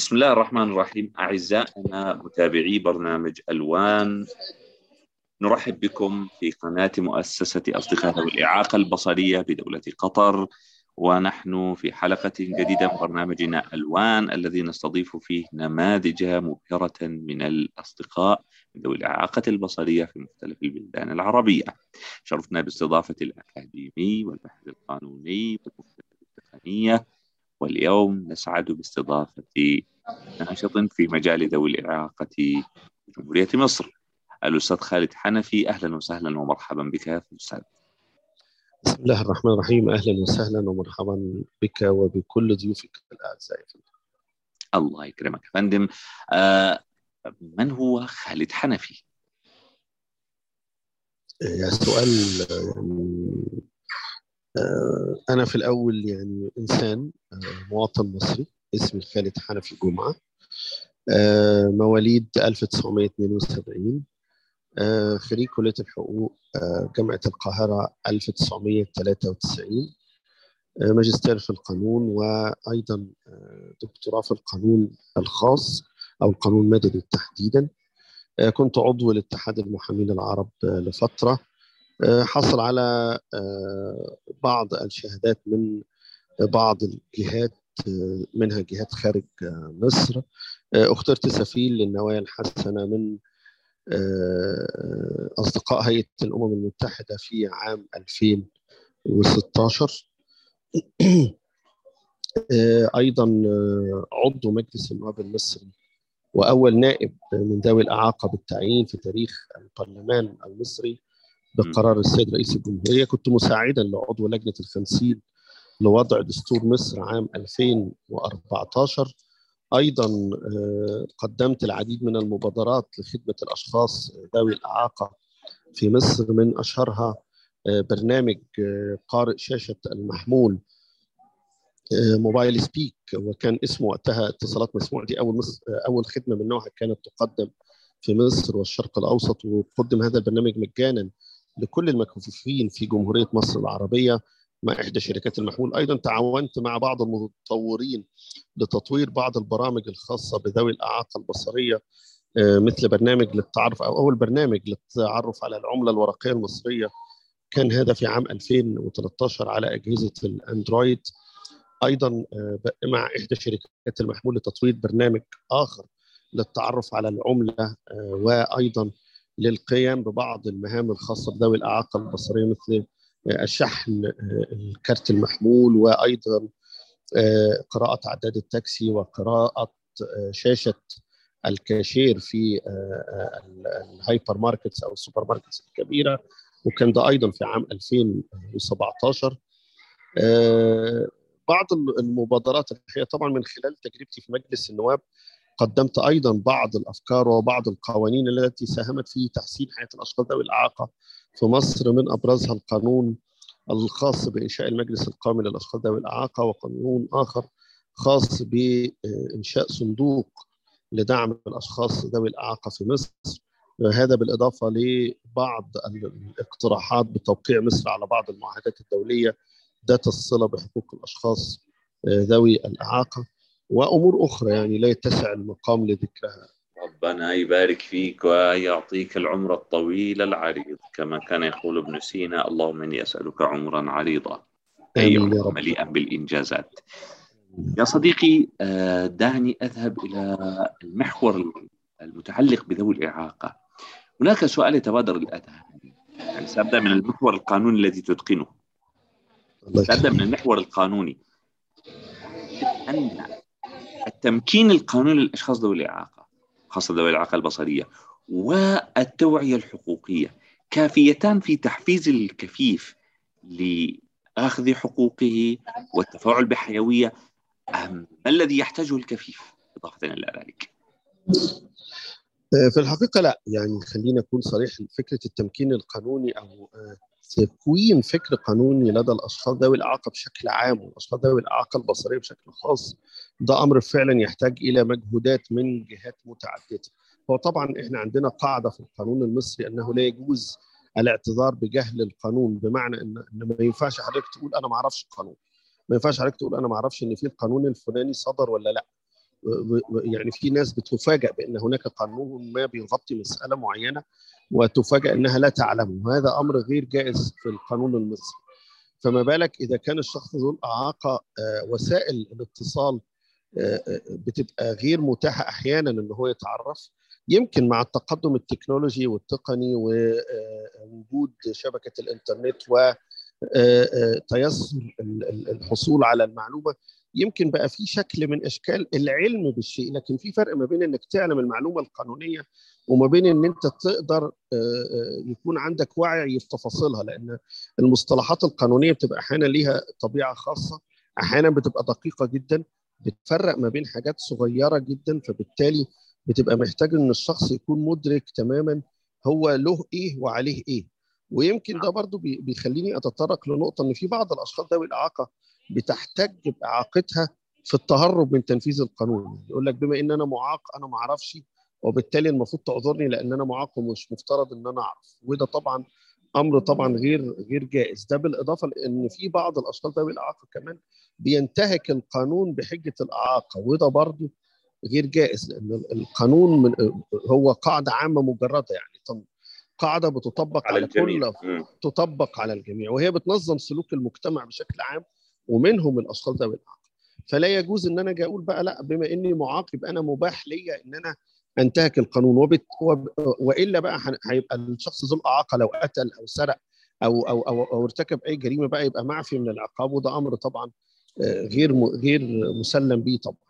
بسم الله الرحمن الرحيم. أعزائنا متابعي برنامج ألوان، نرحب بكم في قناة مؤسسة أصدقاء ذوي الإعاقة البصرية بدولة قطر، ونحن في حلقة جديدة من برنامجنا ألوان الذي نستضيف فيه نماذج مبهرة من الأصدقاء ذوي الإعاقة البصرية في مختلف البلدان العربية. شرفنا باستضافة الأكاديمي والباحث القانوني والمختبر التقنية، واليوم نسعد باستضافة ناشط في مجال ذوي الإعاقة في جمهورية مصر، الأستاذ خالد حنفي. أهلا وسهلا ومرحبا بك يا أستاذ. بسم الله الرحمن الرحيم. أهلا وسهلا ومرحبا بك وبكل ضيوفك الأعزاء. الله يكرمك يا فندم. من هو خالد حنفي؟ سؤال أنا في الأول إنسان مواطن مصري، اسمي خالد حنفي جمعة، مواليد 1972، خريج كلية الحقوق جامعة القاهرة 1993، ماجستير في القانون، وأيضا دكتوراه في القانون الخاص أو القانون المدني تحديدا. كنت عضو لاتحاد المحامين العرب لفترة. حصل على بعض الشهادات من بعض الجهات، منها جهات خارج مصر. اخترت سفير للنوايا الحسنة من أصدقاء هيئة الأمم المتحدة في عام 2016. أيضا عضو مجلس النواب المصري وأول نائب من ذوي الإعاقة بالتعيين في تاريخ البرلمان المصري بقرار السيد رئيس الجمهورية. كنت مساعدا لعضو لجنة ال50 لوضع دستور مصر عام 2014. أيضا قدمت العديد من المبادرات لخدمة الأشخاص ذوي الإعاقة في مصر، من أشهرها برنامج قارئ شاشة المحمول موبايل سبيك، وكان اسمه وقتها اتصالات مسموع. دي أول خدمة من نوعها كانت تقدم في مصر والشرق الأوسط، وقدم هذا البرنامج مجانا لكل المكفوفين في جمهورية مصر العربية مع إحدى شركات المحمول. أيضا تعاونت مع بعض المطورين لتطوير بعض البرامج الخاصة بذوي الإعاقة البصرية، مثل برنامج للتعرف أو أول برنامج للتعرف على العملة الورقية المصرية، كان هذا في عام 2013 على أجهزة الأندرويد. أيضا مع إحدى شركات المحمول لتطوير برنامج آخر للتعرف على العملة، وأيضا للقيام ببعض المهام الخاصة بذوي الإعاقة البصرية، مثل الشحن الكارت المحمول، وأيضا قراءة عداد التاكسي، وقراءة شاشة الكاشير في الهايبر ماركتس أو السوبر ماركتس الكبيرة، وكان ده أيضا في عام 2017. بعض المبادرات الحقيقة طبعا من خلال تجربتي في مجلس النواب قدمت أيضا بعض الأفكار وبعض القوانين التي ساهمت في تحسين حياة الأشخاص ذوي الإعاقة في مصر، من أبرزها القانون الخاص بإنشاء المجلس القومي للأشخاص ذوي الإعاقة، وقانون آخر خاص بإنشاء صندوق لدعم الأشخاص ذوي الإعاقة في مصر. هذا بالإضافة لبعض الاقتراحات بتوقيع مصر على بعض المعاهدات الدولية ذات الصلة بحقوق الأشخاص ذوي الإعاقة، وأمور أخرى لا يتسع المقام لذكرها. ربنا يبارك فيك ويعطيك العمر الطويل العريض، كما كان يقول ابن سينا: اللهم إني أسألك عمرا عريضا، أي آمين يا عمرا رب. مليئا بالإنجازات. يا صديقي، دعني أذهب إلى المحور المتعلق بذوي الإعاقة. هناك سؤال يتبادر الأذهان، سأبدأ من المحور القانوني الذي تتقنه. سأبدأ من المحور القانوني. أن التمكين القانوني للأشخاص ذوي الإعاقة، خاصة ذوي الإعاقة البصرية، والتوعية الحقوقية كافيتان في تحفيز الكفيف لأخذ حقوقه والتفاعل بحيوية. ما الذي يحتاجه الكفيف إضافة إلى ذلك؟ في الحقيقة لا، خلينا أكون صريح. فكرة التمكين القانوني أو تكوين فكر قانوني لدى الأشخاص ذوي الإعاقة بشكل عام والأشخاص ذوي الإعاقة البصرية بشكل خاص، ده أمر فعلا يحتاج إلى مجهودات من جهات متعددة. هو طبعا إحنا عندنا قاعدة في القانون المصري أنه لا يجوز الاعتذار بجهل القانون، بمعنى إن ما ينفعش حضرتك تقول أنا ما أعرفش القانون، ما ينفعش حضرتك تقول أنا ما أعرفش إن في القانون الفلاني صدر ولا لا. يعني في ناس بتفاجأ بأن هناك قانون ما بيغطي مسألة معينة وتفاجأ أنها لا تعلمه. هذا أمر غير جائز في القانون المصري. فما بالك إذا كان الشخص ذو الإعاقة وسائل الاتصال بتبقى غير متاحة أحيانا أن هو يتعرف. يمكن مع التقدم التكنولوجي والتقني ووجود شبكة الإنترنت وتيسر الحصول على المعلومة، يمكن بقى في شكل من أشكال العلم بالشيء. لكن في فرق ما بين أنك تعلم المعلومة القانونية وما بين أن أنت تقدر يكون عندك وعي في تفاصيلها، لأن المصطلحات القانونية بتبقى أحيانا ليها طبيعة خاصة، أحيانا بتبقى دقيقة جدا، بتفرق ما بين حاجات صغيرة جدا، فبالتالي بتبقى محتاج ان الشخص يكون مدرك تماما هو له ايه وعليه ايه. ويمكن ده برضو بيخليني اتطرق لنقطة ان في بعض الاشخاص ذوي الاعاقة بتحتج باعاقتها في التهرب من تنفيذ القانون. يقول لك بما ان انا معاق انا ما اعرفش، وبالتالي المفروض تعذرني لان انا معاق ومش مفترض ان انا اعرف. وده طبعا امر طبعا غير جائز. ده بالاضافه لان في بعض الاشخاص ذوي الاعاقه كمان بينتهك القانون بحجه الاعاقه، وده برضه غير جائز، لان القانون هو قاعده عامه مجرده، يعني قاعده بتطبق على على الجميع. كل، تطبق على الجميع، وهي بتنظم سلوك المجتمع بشكل عام ومنهم الاشخاص ذوي الاعاقه. فلا يجوز ان انا اجي اقول بقى لا بما اني معاق يبقى انا مباح ليا ان انا انتهك القانون. والا بقى هيبقى الشخص ذو الاعاقه لو قتل او سرق او ارتكب اي جريمه بقى يبقى معفي من العقاب، وده امر طبعا غير مسلم به طبعا.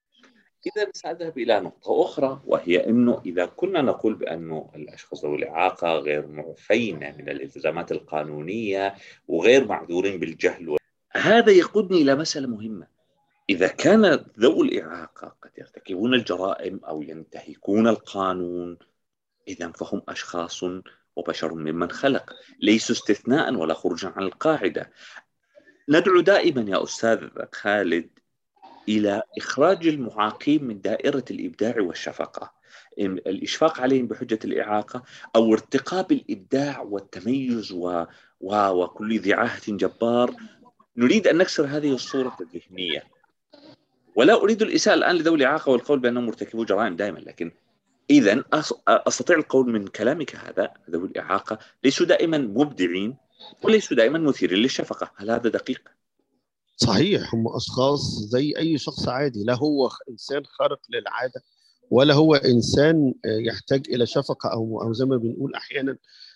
إذا سأذهب إلى نقطة أخرى، وهي أنه إذا كنا نقول بأن الأشخاص ذوي الإعاقة غير معفين من الالتزامات القانونية وغير معذورين بالجهل، هذا يقودني إلى مسألة مهمة. إذا كان ذوي الإعاقة قد يرتكبون الجرائم أو ينتهكون القانون، إذا فهم أشخاص وبشر ممن خلق، ليسوا استثناء ولا خروجا عن القاعدة. ندعو دائما يا أستاذ خالد إلى إخراج المعاقين من دائرة الإبداع والشفقة، الإشفاق عليهم بحجة الإعاقة أو ارتقاب الإبداع والتميز وكل ذي عاهة جبار. نريد أن نكسر هذه الصورة الذهنية. ولا أريد الإساءة الآن لذوي الإعاقة والقول بأنهم مرتكبوا جرائم دائما، لكن إذن أستطيع القول من كلامك هذا ذوي الإعاقة ليسوا دائما مبدعين وليسوا دائما مثيرين للشفقة. هل هذا دقيق؟ صحيح، هم أشخاص زي أي شخص عادي، لا هو إنسان خارق للعادة ولا هو إنسان يحتاج إلى شفقة أو زي ما بنقول أحيانا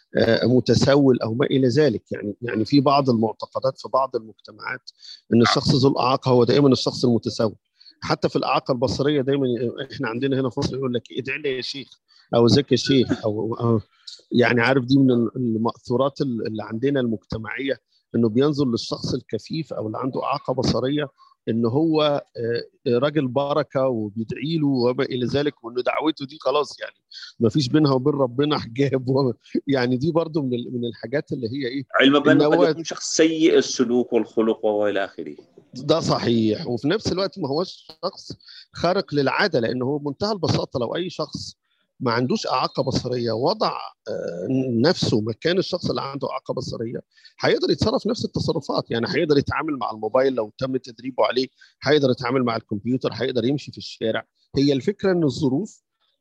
متسول أو ما إلى ذلك. يعني في بعض المعتقدات في بعض المجتمعات إن الشخص ذو الإعاقة هو دائما الشخص المتسول. حتى في الإعاقة البصرية دايما إحنا عندنا هنا في مصر يقول لك ادعي لي يا شيخ أو ازيك يا شيخ أو يعني عارف، دي من المأثورات اللي عندنا المجتمعية، انه بينظر للشخص الكفيف او اللي عنده اعاقه بصريه ان هو راجل بركه وبيدعي له وما الى ذلك، وان دعوته دي خلاص يعني ما فيش بينها وبين ربنا حجاب. يعني دي برضو من الحاجات اللي هي ايه، علما بأنه قد يكون شخص سيء السلوك والخلق والى آخره. ده صحيح. وفي نفس الوقت ما هوش شخص خارق للعاده، لانه هو بمنتهى البساطه لو اي شخص ما عندوش اعاقه بصريه وضع نفسه مكان الشخص اللي عنده اعاقه بصريه هيقدر يتصرف نفس التصرفات. يعني هيقدر يتعامل مع الموبايل لو تم تدريبه عليه، هيقدر يتعامل مع الكمبيوتر، هيقدر يمشي في الشارع. هي الفكره ان الظروف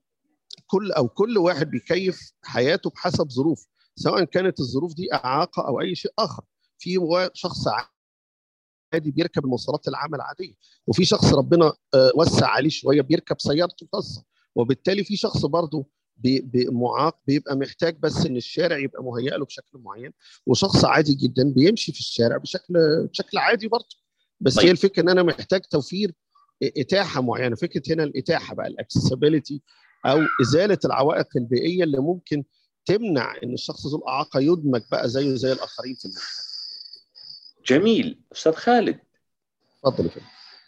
كل واحد بيكيف حياته بحسب ظروف، سواء كانت الظروف دي اعاقه او اي شيء اخر. في شخص عادي بيركب المواصلات العامه العاديه، وفي شخص ربنا وسع عليه شويه بيركب سيارته الخاصه، وبالتالي في شخص برضه معاق بيبقى محتاج بس ان الشارع يبقى مهيأ له بشكل معين، وشخص عادي جدا بيمشي في الشارع بشكل عادي برضه. بس طيب. هي الفكره ان انا محتاج توفير اتاحه معينه. فكره هنا الاتاحه بقى الاكسسبيليتي او ازاله العوائق البيئيه اللي ممكن تمنع ان الشخص ذو الاعاقه يدمج بقى زيه زي الاخرين في المجتمع. جميل أستاذ خالد. اتفضل يا فندم.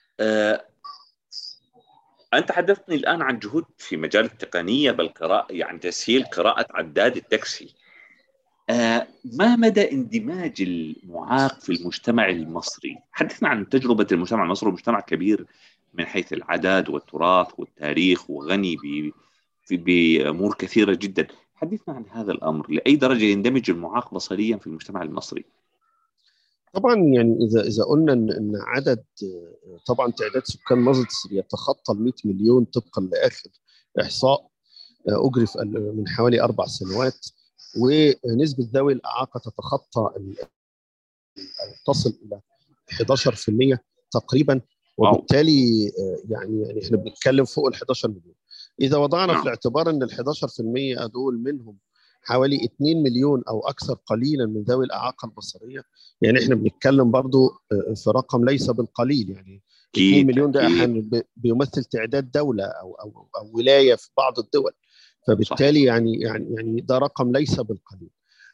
أنت حدثتني الآن عن جهود في مجال التقنية بالقراءة، يعني تسهيل قراءة عداد التاكسي. ما مدى اندماج المعاق في المجتمع المصري؟ حدثنا عن تجربة المجتمع المصري، مجتمع كبير من حيث العدد والتراث والتاريخ وغني بأمور كثيرة جدا. حدثنا عن هذا الأمر، لأي درجة يندمج المعاق بصريا في المجتمع المصري؟ طبعا يعني اذا قلنا ان عدد، طبعا تعداد سكان مصر يتخطى ال 100 مليون طبقا لاخر احصاء اجري من حوالي 4 سنوات، ونسبه ذوي الاعاقه تتخطى تصل الى 11% تقريبا. واو. وبالتالي يعني احنا بنتكلم فوق ال 11 مليون. اذا وضعنا في نعم. الاعتبار ان ال 11% دول منهم حوالي 2 مليون او اكثر قليلا من ذوي الاعاقه البصريه، يعني احنا بنتكلم برضو في رقم ليس بالقليل. يعني 2 اكيد مليون ده اكيد. احيانا بيمثل تعداد دوله او ولايه في بعض الدول. صحيح. فبالتالي يعني ده رقم ليس بالقليل.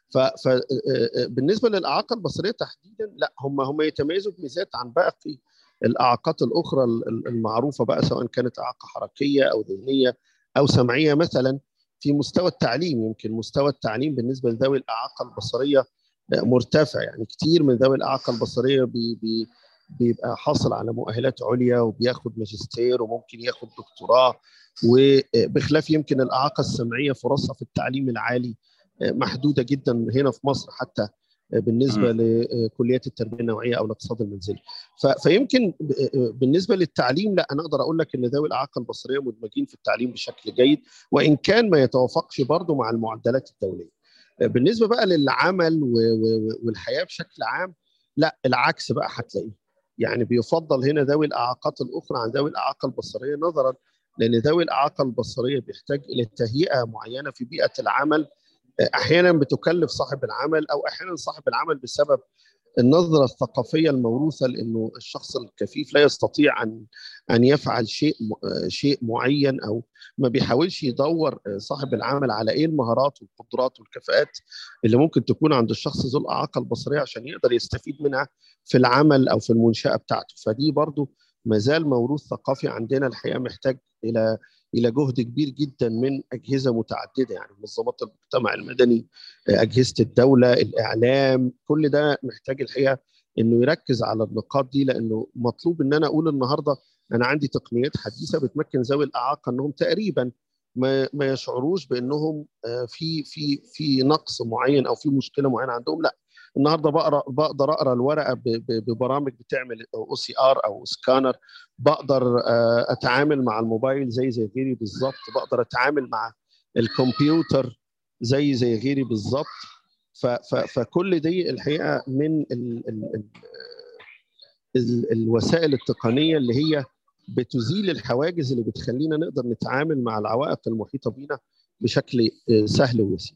فبالنسبه للاعاقه البصريه تحديدا، لا هم يتميزوا بميزات عن باقي الاعاقات الاخرى المعروفه بقى، سواء كانت اعاقه حركيه او ذهنيه او سمعيه. مثلا في مستوى التعليم، يمكن مستوى التعليم بالنسبه لذوي الاعاقه البصريه مرتفع. يعني كتير من ذوي الاعاقه البصريه بيبقى حاصل على مؤهلات عليا وبياخد ماجستير وممكن ياخد دكتوراه. وبخلاف يمكن الاعاقه السمعيه فرصها في التعليم العالي محدوده جدا هنا في مصر، حتى بالنسبه لكليات التربيه النوعيه او الاقتصاد المنزلي. فيمكن بالنسبه للتعليم، لا انا اقدر اقول لك ان ذوي الاعاقه البصريه مدمجين في التعليم بشكل جيد، وان كان ما يتوافقش برضه مع المعدلات الدوليه. بالنسبه بقى للعمل والحياه بشكل عام، لا العكس بقى هتلاقيه. يعني بيفضل هنا ذوي الاعاقات الاخرى عن ذوي الاعاقه البصريه، نظرا لان ذوي الاعاقه البصريه بيحتاج الى تهيئه معينه في بيئه العمل، احيانا بتكلف صاحب العمل، او احيانا صاحب العمل بسبب النظره الثقافيه الموروثه، لانه الشخص الكفيف لا يستطيع ان يفعل شيء معين، او ما بيحاولش يدور صاحب العمل على ايه المهارات والقدرات والكفاءات اللي ممكن تكون عند الشخص ذو الاعاقه البصريه عشان يقدر يستفيد منها في العمل او في المنشاه بتاعته. فدي برضو مازال موروث ثقافي عندنا الحقيقه، محتاج الى جهد كبير جدا من اجهزه متعدده، يعني منظمات المجتمع المدني، اجهزه الدوله، الاعلام، كل ده محتاج الحقيقه انه يركز على النقاط دي، لانه مطلوب ان انا اقول النهارده انا عندي تقنيات حديثه بتمكن ذوي الاعاقه انهم تقريبا ما يشعروش بانهم في نقص معين او في مشكله معينه عندهم. لا، النهارده بقدر اقرا الورقه ببرامج بتعمل او سي ار او سكانر، بقدر اتعامل مع الموبايل زي غيري بالظبط، بقدر اتعامل مع الكمبيوتر زي غيري بالظبط. فكل دي الحقيقه من الوسائل التقنيه اللي هي بتزيل الحواجز اللي بتخلينا نقدر نتعامل مع العوائق المحيطه بينا بشكل سهل ويسير.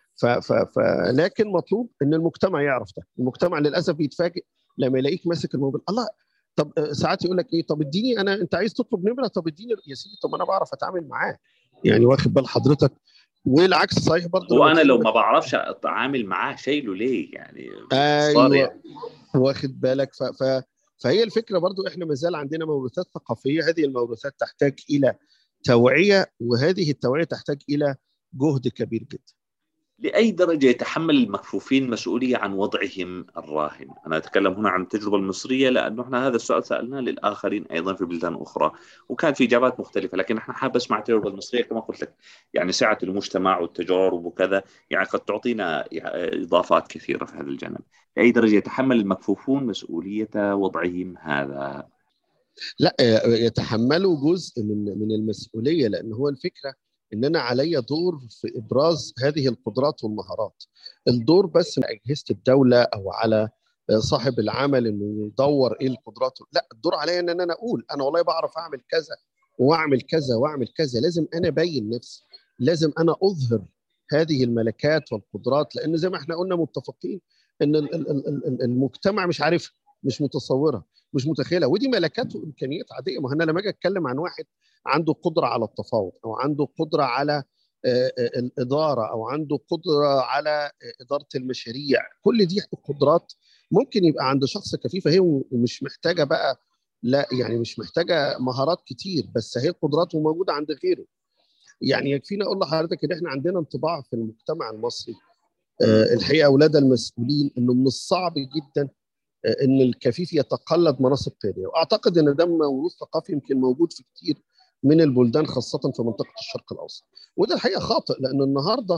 لكن مطلوب ان المجتمع يعرف ده. المجتمع للاسف بيتفاجئ لما يلاقيك ماسك الموبايل، الله، طب ساعات يقول لك ايه، طب اديني انت عايز تطلب نمره، طب اديني يا سيدي، طب انا بعرف اتعامل معاه. يعني واخد بال حضرتك؟ والعكس صحيح برضه هو لما انا تيجي لو يقول لك ما بعرفش اتعامل معاه شايله ليه يعني، باختصار ايوه، يعني. واخد بالك؟ فهي الفكره برضو، احنا ما زال عندنا موروثات ثقافيه، هذه الموروثات تحتاج الى توعيه، وهذه التوعيه تحتاج الى جهد كبير جدا. لأي درجة يتحمل المكفوفين مسؤولية عن وضعهم الراهن؟ أنا أتكلم هنا عن التجربة المصرية، لأنه إحنا هذا السؤال سألناه للآخرين أيضا في بلدان أخرى وكان في إجابات مختلفة، لكن إحنا حابة أسمع التجربة المصرية كما قلت لك. يعني سعة المجتمع والتجارب وكذا يعني قد تعطينا إضافات كثيرة في هذا الجانب. لأي درجة يتحمل المكفوفون مسؤولية وضعهم هذا؟ لا، يتحملوا جزء من المسؤوليه، لان هو الفكره ان انا علي دور في ابراز هذه القدرات والمهارات. الدور بس من اجهزه الدوله او على صاحب العمل انه يدور ايه القدرات، لا، الدور عليا ان انا اقول انا والله بعرف اعمل كذا واعمل كذا واعمل كذا. لازم انا ابين نفسي، لازم انا اظهر هذه الملكات والقدرات، لان زي ما احنا قلنا متفقين ان المجتمع مش عارفها، مش متصورها، مش متخيله. ودي ملكات وامكانيات عاديه. ما انا لما اجي اتكلم عن واحد عنده قدره على التفاوض، او عنده قدره على الاداره، او عنده قدره على اداره المشاريع، كل دي قدرات ممكن يبقى عند شخص كفيف، هي ومش محتاجه بقى، لا يعني مش محتاجه مهارات كتير، بس هي قدراته موجوده عند غيره. يعني يكفينا اقول لحضرتك ان احنا عندنا انطباع في المجتمع المصري الحقيقه اولاد المسؤولين انه من الصعب جدا ان الكفيف يتقلد مناصب قياديه. واعتقد ان ده موروث ثقافي يمكن موجود في كتير من البلدان، خاصه في منطقه الشرق الاوسط. وده الحقيقه خاطئ، لان النهارده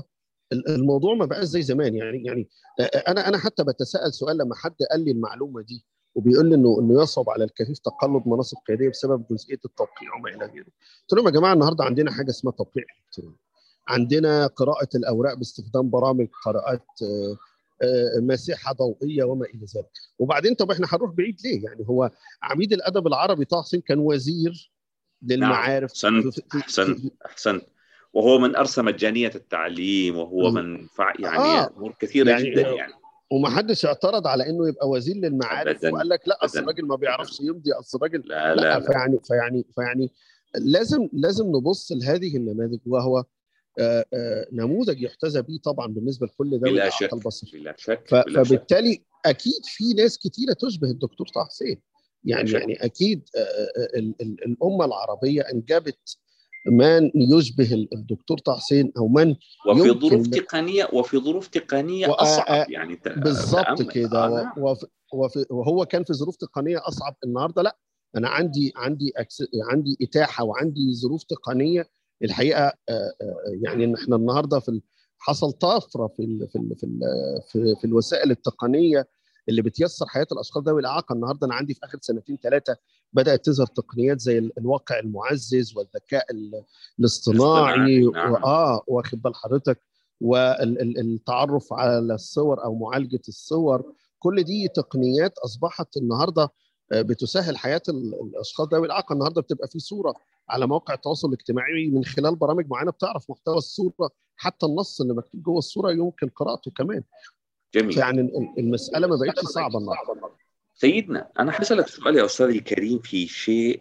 الموضوع ما بقاش زي زمان. يعني انا حتى بتساءل سؤال لما حد قال لي المعلومه دي وبيقول لي انه يصعب على الكفيف تقلد مناصب قياديه بسبب جزئيه التوقيع وما الى غيره. قلت لهم يا جماعه النهارده عندنا حاجه اسمها توقيع الكتروني، عندنا قراءه الاوراق باستخدام برامج قراءات مساحه ضوئيه وما الى ذلك. وبعدين طب احنا هنروح بعيد ليه؟ يعني هو عميد الادب العربي طه حسين كان وزير نعم، للمعارف أحسنت أحسنت أحسنت. وهو من أرسى مجانية التعليم، وهو في من يعني أمور كثيرة جدا يعني يعني. ومحدش اعترض على انه يبقى وزير للمعارف أبدا وقال لك لا اصل أبدا الراجل ما أبدا. بيعرفش يمضي، اصل الراجل لا لا لا. لا. فيعني لازم نبص لهذه النماذج، وهو نموذج يحتذى به طبعا بالنسبه لكل ذوي بلا الاعاقه شك البصريه. بلا شك بلا شك فبالتالي اكيد في ناس كتيره تشبه الدكتور طه حسين. بلا شك. يعني اكيد الامه العربيه انجبت من يشبه الدكتور طه حسين او من يمكن. وفي ظروف تقنية أصعب يعني. بالظبط تأمل كده. نعم. وهو كان في ظروف تقنيه اصعب. النهارده لا، انا عندي اتاحه وعندي ظروف تقنيه الحقيقه. يعني ان احنا النهارده حصل طفره في الوسائل التقنيه اللي بتيسر حياه الاشخاص ذوي الاعاقه. النهارده انا عندي في اخر سنتين ثلاثه بدات تظهر تقنيات زي الواقع المعزز والذكاء الاصطناعي الاصطناعي، نعم. واخد بال حضرتك، والتعرف على الصور او معالجه الصور. كل دي تقنيات اصبحت النهارده بتسهل حياه الاشخاص ذوي الاعاقه. النهارده بتبقى في صوره على مواقع التواصل الاجتماعي من خلال برامج معينه بتعرف محتوى الصوره، حتى النص اللي مكتوب جوه الصوره يمكن قراءته كمان. جميل. فيعني المساله ما بقتش صعبه النهارده. سيدنا، أنا حسألك سؤال يا أستاذي الكريم في شيء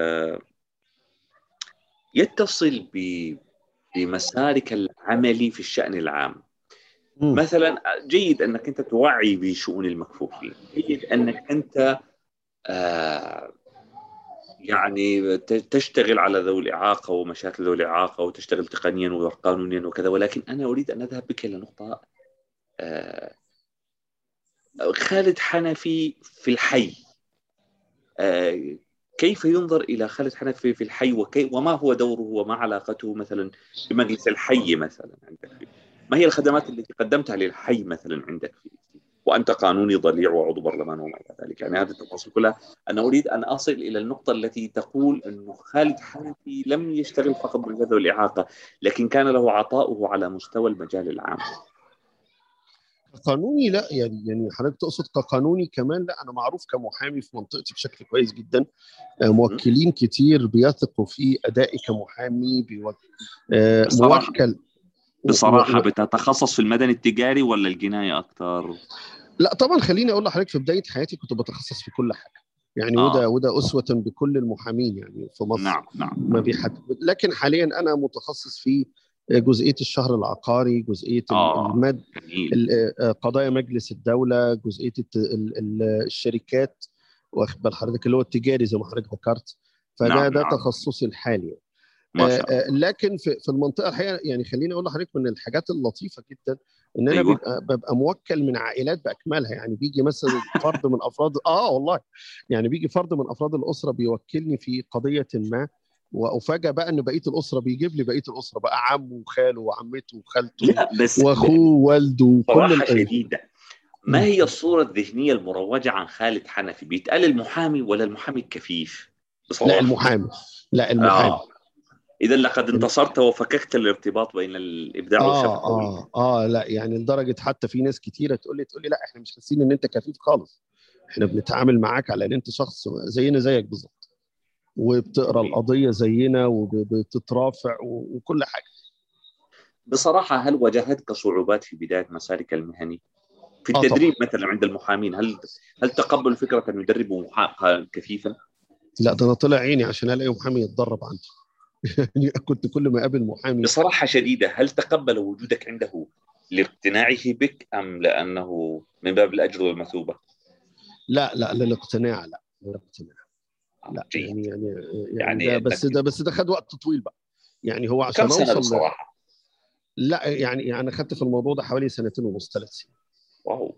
يتصل بمسارك العملي في الشأن العام. مثلا جيد أنك أنت توعي بشؤون المكفوفين، جيد أنك أنت يعني تشتغل على ذوي الإعاقة ومشاكل ذوي الإعاقة، وتشتغل تقنيا وقانونيا وكذا، ولكن أنا أريد أن أذهب بك إلى نقطة. خالد حنفي في الحي، كيف ينظر إلى خالد حنفي في الحي، وما هو دوره وما علاقته مثلا بمجلس الحي مثلا عندك؟ ما هي الخدمات التي قدمتها للحي مثلا عندك وأنت قانوني ضليع وعضو برلمان وما إلى ذلك؟ يعني هذه التفاصيل كلها أنا أريد أن أصل إلى النقطة التي تقول أنه خالد حنفي لم يشتغل فقط بذوي الإعاقة، لكن كان له عطاؤه على مستوى المجال العام. قانوني لا، يعني حضرتك تقصد كقانوني كمان؟ لا، انا معروف كمحامي في منطقتي بشكل كويس جدا. موكلين كتير بيثقوا في ادائي كمحامي. موكل. بصراحة بتتخصص في المدني التجاري ولا الجناية أكثر؟ لا طبعا، خليني أقول لحضرتك في بداية حياتي كنت بتخصص في كل حاجة يعني. وده أسوة بكل المحامين يعني في مصر. نعم نعم. ما لكن حاليا أنا متخصص في جزئية الشهر العقاري، جزئية المد، قضايا مجلس الدولة، جزئية الشركات، واخد بال حضرتك اللي هو التجاري زي ما حضرتك ذكرت. فده نعم. تخصصي الحالي. ما شاء الله. لكن في المنطقه الحقيقه يعني خليني اقول لحضرتك من الحاجات اللطيفه جدا ان انا أيوة. ببقى موكل من عائلات باكملها. يعني بيجي مثلا فرد من افراد والله يعني بيجي فرد من افراد الاسره بيوكلني في قضيه ما، وافاجئ بقى ان بقيه الاسره بيجيب لي بقيه الاسره بقى عمه وخاله وعمته وخالته واخوه ووالده وكل صراحه شديده. ما هي الصوره الذهنيه المروجه عن خالد حنفي؟ بيتقال المحامي ولا المحامي الكفيف؟ بصراحه لا المحامي. إذا لقد انتصرت وفككت الارتباط بين الإبداع والشفوي. لا يعني لدرجة حتى في ناس كتيرة تقول لي لا احنا مش حاسين ان انت كفيف خالص، احنا بنتعامل معاك على ان انت شخص زينا زيك بالظبط، وبتقرا القضية زينا وبتترافع وكل حاجة. بصراحة هل واجهتك صعوبات في بداية مسارك المهني؟ في التدريب مثلا عند المحامين، هل تقبلوا فكرة أن يدربوا كفيفا؟ لا، ده أنا طلع عيني عشان ألاقي محامي يتدرب عندي. يعني كنت كل ما أقابل محامي. بصراحة شديدة، هل تقبل وجودك عنده لاقتناعه بك أم لأنه من باب الأجر والمثوبة؟ لا للاقتناع. لا للاقتناع. لا يعني ده خد وقت طويل بقى. يعني هو عشان كم سنة أوصل بصراحة؟ لا يعني أنا خدت في الموضوع ده حوالي 2.5 3 سنين. واو.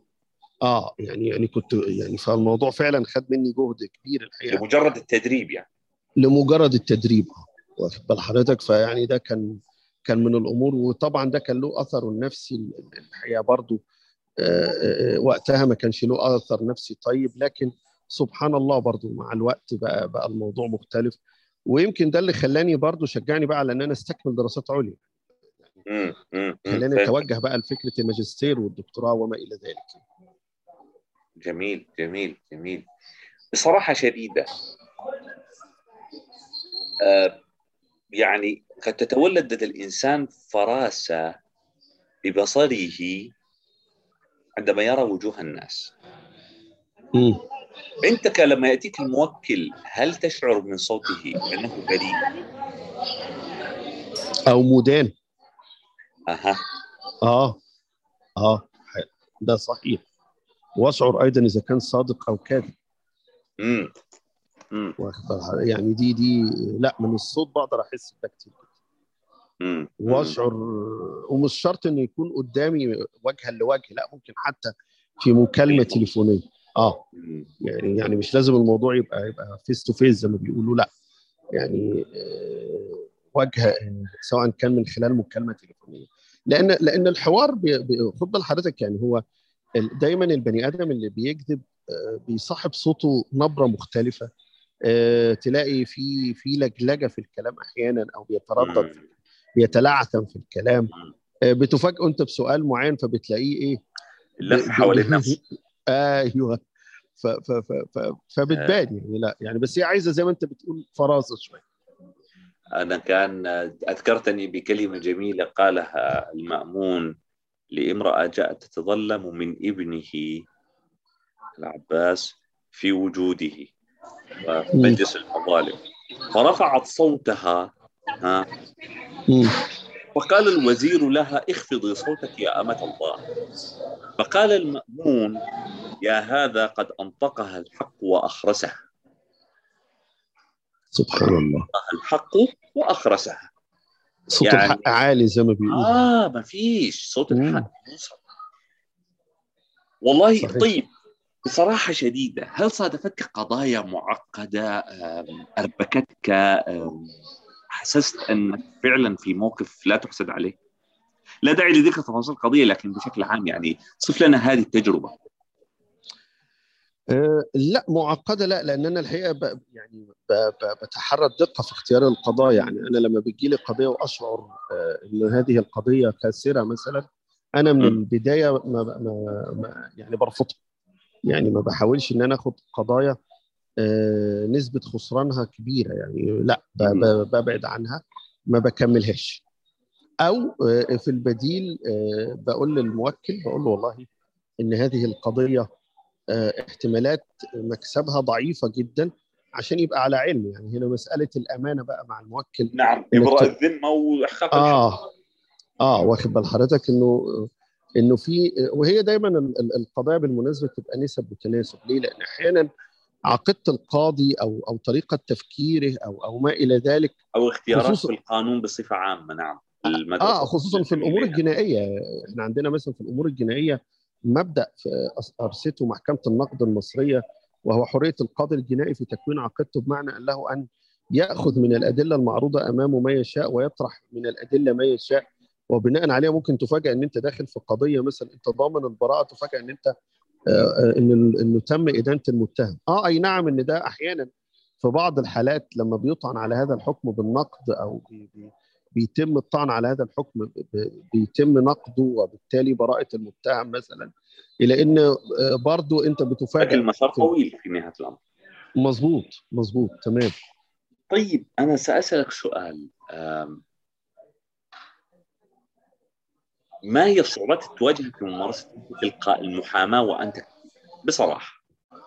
يعني كنت يعني فالموضوع فعلا خد مني جهد كبير الحقيقه لمجرد التدريب يعني. لمجرد التدريب واخد بال حضرتك. فيعني ده كان كان من الامور. وطبعا ده كان له اثره النفسي الحقيقه برضو. وقتها ما كانش له اثر نفسي طيب، لكن سبحان الله برضو مع الوقت بقى الموضوع مختلف. ويمكن ده اللي خلاني برضو شجعني بقى على ان انا استكمل دراسات عليا، خلاني اتوجه بقى لفكره الماجستير والدكتوراه وما الى ذلك. جميل جميل جميل. بصراحه شديده يعني قد تتولد لدى الانسان فراسه ببصره عندما يرى وجوه الناس. انت لما ياتيك الموكل هل تشعر من صوته انه بريء او مدان؟ اها اه ده صحيح. واشعر ايضا اذا كان صادق او كاذب. يعني دي لا، من الصوت بقدر احس بده كتير. واشعر، ومش شرط انه يكون قدامي وجها لوجه، لا ممكن حتى في مكالمه تليفونيه. يعني مش لازم الموضوع يبقى فيس تو فيس زي ما بيقولوا، لا يعني وجه، سواء كان من خلال مكالمه تليفونيه. لان الحوار خد بال حضرتك، يعني هو دايما البني ادم اللي بيكذب بيصاحب صوته نبره مختلفه. تلاقي في لجلجه في الكلام احيانا، او بيتردد بيتلعثم في الكلام. بتفاجئه انت بسؤال معين فبتلاقيه ايه، لف حوالين نفسه. ايوه. فبتبان يعني، لا يعني بس هي عايزه زي ما انت بتقول فراسه شويه. انا كان اذكرتني بكلمه جميله قالها المأمون لامراه جاءت تتظلم من ابنه العباس في وجوده في مجلس المظالم، فرفعت صوتها فقال الوزير لها اخفضي صوتك يا أمة الله. فقال المأمون يا هذا قد أنطقها الحق وأخرسها. سبحان الله. الحق وأخرسها. صوت يعني الحق عالي زي ما بيقولوا. ما فيش صوت الحق يوصل. والله صحيح. طيب بصراحة شديدة، هل صادفتك قضايا معقدة أربكتك، حسست أنك فعلا في موقف لا تحسد عليه؟ لا داعي لذكر تفاصيل القضية، لكن بشكل عام يعني صف لنا هذه التجربة. لا معقدة لا، لأن أنا الحقيقة يعني بتحرى الدقة في اختيار القضايا. يعني أنا لما بتجي لي قضية وأشعر أن هذه القضية كاسرة مثلا، أنا من البداية يعني برفضها. يعني ما بحاولش أن أنا أخد قضايا نسبة خسرانها كبيرة، يعني لا ببعد عنها، ما بكملهاش. أو في البديل بقول للموكل، بقول له والله إن هذه القضية احتمالات مكسبها ضعيفة جدا، عشان يبقى على علم. يعني هنا مسألة الأمانة بقى مع الموكل. نعم، إبراء الذمة وإحقاق الحق. واخد بال حضرتك إنه في، وهي دايما القضايا بالمناسبة تبقى نسب وتناسب. ليه؟ لأن أحيانا عقيدة القاضي أو طريقة تفكيره أو ما إلى ذلك، أو اختيارات في القانون بصفة عامة. نعم. خصوصا في الأمور الجنائية. إحنا عندنا مثلا في الأمور الجنائية مبدأ في أرسته محكمة النقد المصرية، وهو حرية القاضي الجنائي في تكوين عقيدته، بمعنى أن له أن يأخذ من الأدلة المعروضة أمامه ما يشاء، ويطرح من الأدلة ما يشاء، وبناء عليها ممكن تفاجأ أن أنت داخل في قضية مثلا أنت ضامن البراءة، تفاجأ أن أنت إنه تم إدانة المتهم. أي نعم، إن ده أحيانا في بعض الحالات لما بيطعن على هذا الحكم بالنقد، أو بيتم الطعن على هذا الحكم، بيتم نقده، وبالتالي براءة المتهم مثلا، إلى أن برضو أنت بتفاجأ. لكن المسار طويل في نهاية الأمر. مظبوط تمام. طيب أنا سأسألك سؤال، ما هي الصعوبات اللي تواجهك في ممارسة تلك المحاماة وأنت بصراحة؟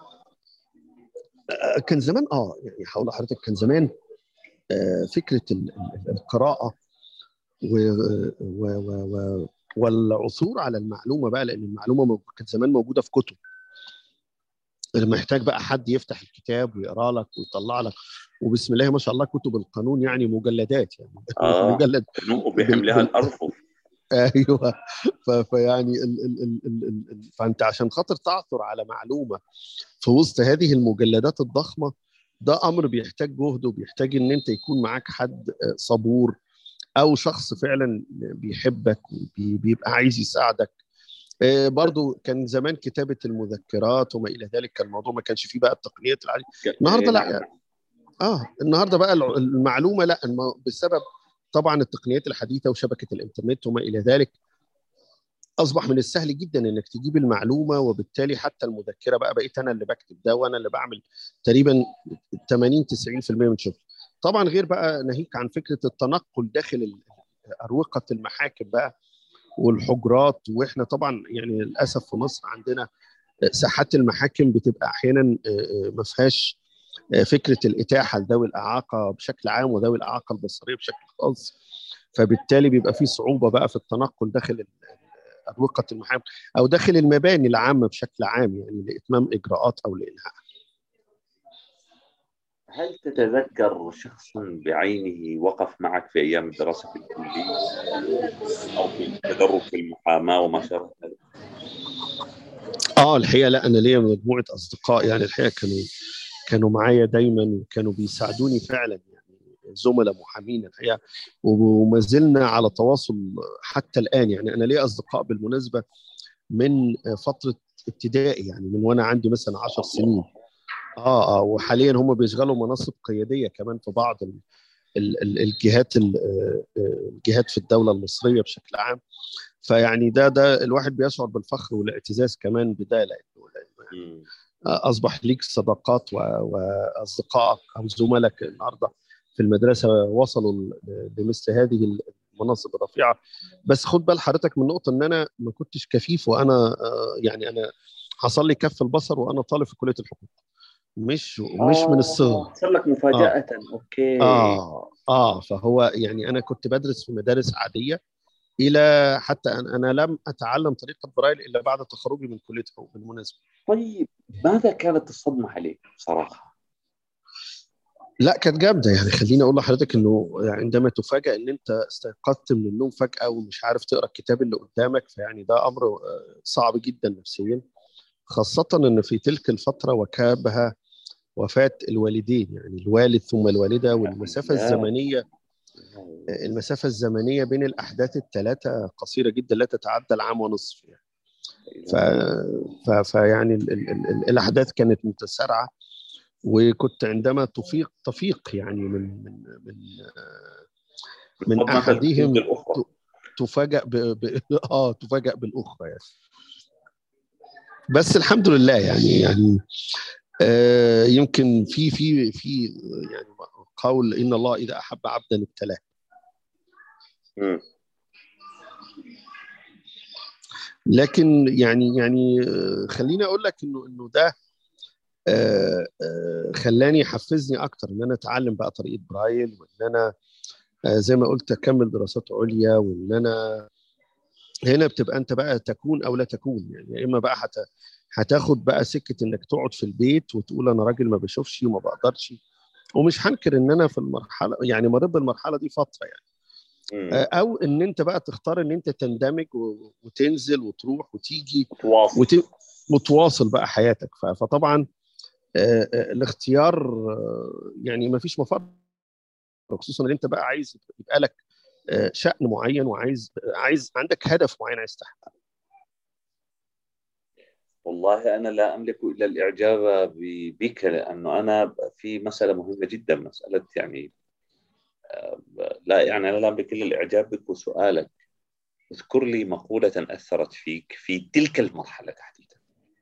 كان زمان يعني هقول لحضرتك، كان زمان فكرة القراءة والعثور على المعلومة بقى، لأن المعلومة كانت زمان موجودة في كتب، محتاج بقى حد يفتح الكتاب ويقرا لك ويطلع لك. وبسم الله ما شاء الله كتب القانون يعني مجلدات، يعني مجلد بحملها الأرفف. ايوه. فيعني فانت عشان خاطر تعثر على معلومه في وسط هذه المجلدات الضخمه، ده امر بيحتاج جهد، وبيحتاج ان انت يكون معاك حد صبور، او شخص فعلا بيحبك وبيبقى عايز يساعدك. برضو كان زمان كتابة المذكرات وما إلى ذلك، كان الموضوع ما كانش فيه بقى التقنيات العالية. النهارده لا نعم. النهارده بقى المعلومة لا بسبب طبعا التقنيات الحديثة وشبكة الإنترنت وما إلى ذلك، أصبح من السهل جدا إنك تجيب المعلومة، وبالتالي حتى المذكرة بقى بقيت أنا اللي بكتب ده، وأنا اللي بعمل تقريبا 80 90% من شغلي. طبعا غير بقى ناهيك عن فكرة التنقل داخل أروقة المحاكم بقى والحجرات. واحنا طبعا يعني للاسف في مصر عندنا ساحات المحاكم بتبقى احيانا ما فيهاش فكره الاتاحه لذوي الاعاقه بشكل عام وذوي الاعاقه البصريه بشكل خاص، فبالتالي بيبقى في صعوبه بقى في التنقل داخل اروقه المحاكم او داخل المباني العامه بشكل عام، يعني لاتمام اجراءات او لانهاء. هل تتذكر شخصا بعينه وقف معك في أيام الدراسة في الكلية أو في التدرج في المحاماة وما شابه ذلك؟ الحقيقه لا، انا ليا مجموعه اصدقاء يعني الحقيقه كانوا معايا دايما وكانوا بيساعدوني فعلا، يعني زملاء محامين الحقيقه، وما زلنا على تواصل حتى الان. يعني انا ليا اصدقاء بالمناسبه من فتره ابتدائي، يعني من وانا عندي مثلا 10 سنين. وحاليا هم بيشغلوا مناصب قياديه كمان في بعض الجهات في الدوله المصريه بشكل عام. فيعني ده الواحد بيشعر بالفخر والاعتزاز كمان بده، لانه يعني اصبح ليك صداقات واصدقائك او زملائك النهارده في المدرسه وصلوا لمثل هذه المناصب الرفيعه. بس خد بال حضرتك من نقطه ان انا ما كنتش كفيف، وانا يعني انا حصل لي كف البصر وانا طالب في كليه الحقوق، مش من الصغر. صار لك اه مفاجأة. أوكي. فهو يعني انا كنت بدرس في مدارس عاديه، الى حتى انا لم اتعلم طريقه برايل الا بعد تخرجي من كليه حقوق بالمناسبه. طيب، ماذا كانت الصدمة عليك بصراحة؟ لا كانت جامده، يعني خليني اقول لحضرتك انه عندما تفاجأ ان انت استيقظت من النوم فجأة ومش عارف تقرا الكتاب اللي قدامك، فيعني ده امر صعب جدا نفسيا، خاصة ان في تلك الفترة وكابها وفاة الوالدين، يعني الوالد ثم الوالدة، والمسافة لا. الزمنية بين الأحداث الثلاثة قصيرة جدا، لا تتعدى العام ونصف يعني. ف... فيعني الأحداث كانت متسارعة، وكنت عندما تفيق يعني من الصدمة تجد أحدهم الأخرى. تفاجأ تفاجأ بالأخرى يعني. بس الحمد لله يعني يمكن في يعني قول إن الله إذا أحب عبدا ابتلاه. لكن يعني خليني اقول لك انه ده خلاني يحفزني اكتر ان انا اتعلم بقى طريقه برايل، وان انا زي ما قلت اكمل دراسات عليا، وان انا هنا بتبقى انت بقى تكون او لا تكون، يعني يا اما بقى هتاخد بقى سكه انك تقعد في البيت وتقول انا راجل ما بشوفش وما بقدرش. ومش هنكر ان انا في المرحله يعني مريت بالمرحله دي فتره يعني، او ان انت بقى تختار ان انت تندمج وتنزل وتروح وتيجي وتواصل بقى حياتك. فطبعا الاختيار يعني ما فيش مفر، خصوصا ان انت بقى عايز يبقى لك شأن معين، عايز عندك هدف معين عايز تحققه. والله أنا لا أملك إلا الإعجاب بك، لأنه أنا في مسألة مهمة جدا، مسألة يعني لا يعني أنا لا أملك إلا الإعجاب بك وسؤالك. اذكر لي مقولة أثرت فيك في تلك المرحلة تحديدا.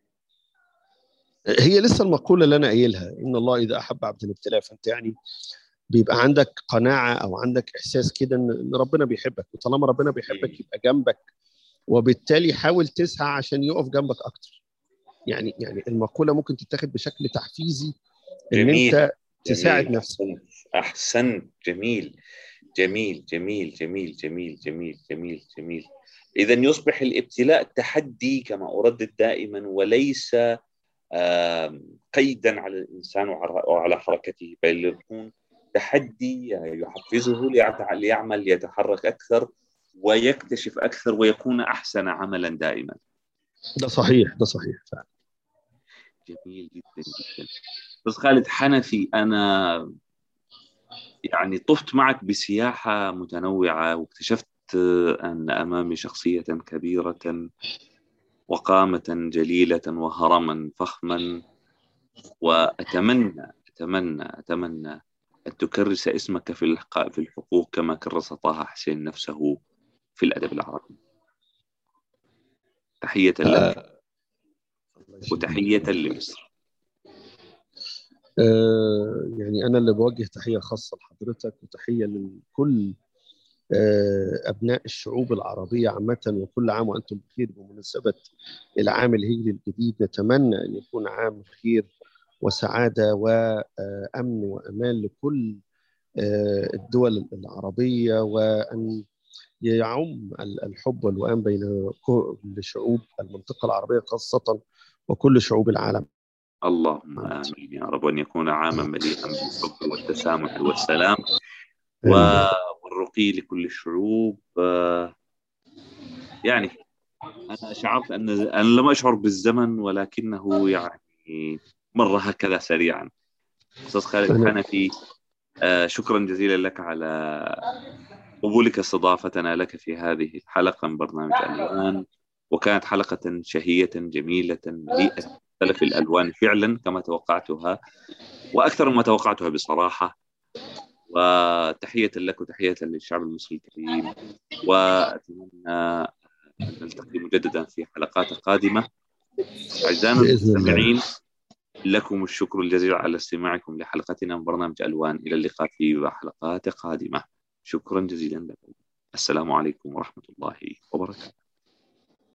هي لسه المقولة اللي أنا قايلها، إن الله إذا أحب عبدا ابتلاه. فأنت يعني بيبقى عندك قناعة أو عندك إحساس كده إن ربنا بيحبك، وطالما ربنا بيحبك يبقى جنبك، وبالتالي حاول تسعى عشان يقف جنبك أكتر. يعني المقولة ممكن تتاخد بشكل تحفيزي إن جميل أنت تساعد جميل، نفسك. أحسنت. جميل جميل جميل جميل جميل جميل جميل جميل. إذا يصبح الابتلاء تحدي كما أردد دائما، وليس قيدا على الإنسان وعلى حركته، بل يكون تحدي يحفزه ليعمل، ليتحرك أكثر ويكتشف أكثر ويكون أحسن عملا دائما. ده صحيح فعلا. جميل جدا جدا. بس خالد حنفي، أنا يعني طفت معك بسياحة متنوعة، واكتشفت أن أمامي شخصية كبيرة وقامة جليلة وهرما فخما. وأتمنى أن تكرس اسمك في الحقوق كما كرس طه حسين نفسه في الأدب العربي. تحية لك وتحية لمصر. يعني أنا اللي بوجه تحية خاصة لحضرتك وتحية لكل أبناء الشعوب العربية عامة، وكل عام وأنتم بخير بمناسبة العام الهجري الجديد. نتمنى أن يكون عام خير وسعادة وأمن وأمان لكل الدول العربية، وأن يعم الحب والوئام بين كل شعوب المنطقة العربية خاصة وكل شعوب العالم. اللهم آمين يا رب، أن يكون عاما مليئا بالحب والتسامح والسلام والرقي لكل الشعوب. يعني أنا شعرت أنا لم أشعر بالزمن، ولكنه يعني مر هكذا سريعا. أستاذ خالد حنفي، شكرا جزيلا لك على قبولك استضافتنا لك في هذه الحلقة من برنامج ألوان، وكانت حلقة شهية جميلة مليئة بمختلف الألوان فعلا كما توقعتها، وأكثر مما توقعتها بصراحة. وتحية لك وتحية للشعب المصري الكريم، وأتمنى أن نلتقي مجددا في حلقات قادمة. أعزائنا المستمعين، لكم الشكر الجزيل على استماعكم لحلقتنا من برنامج ألوان. إلى اللقاء في حلقات قادمة. شكرا جزيلا لكم. السلام عليكم ورحمة الله وبركاته.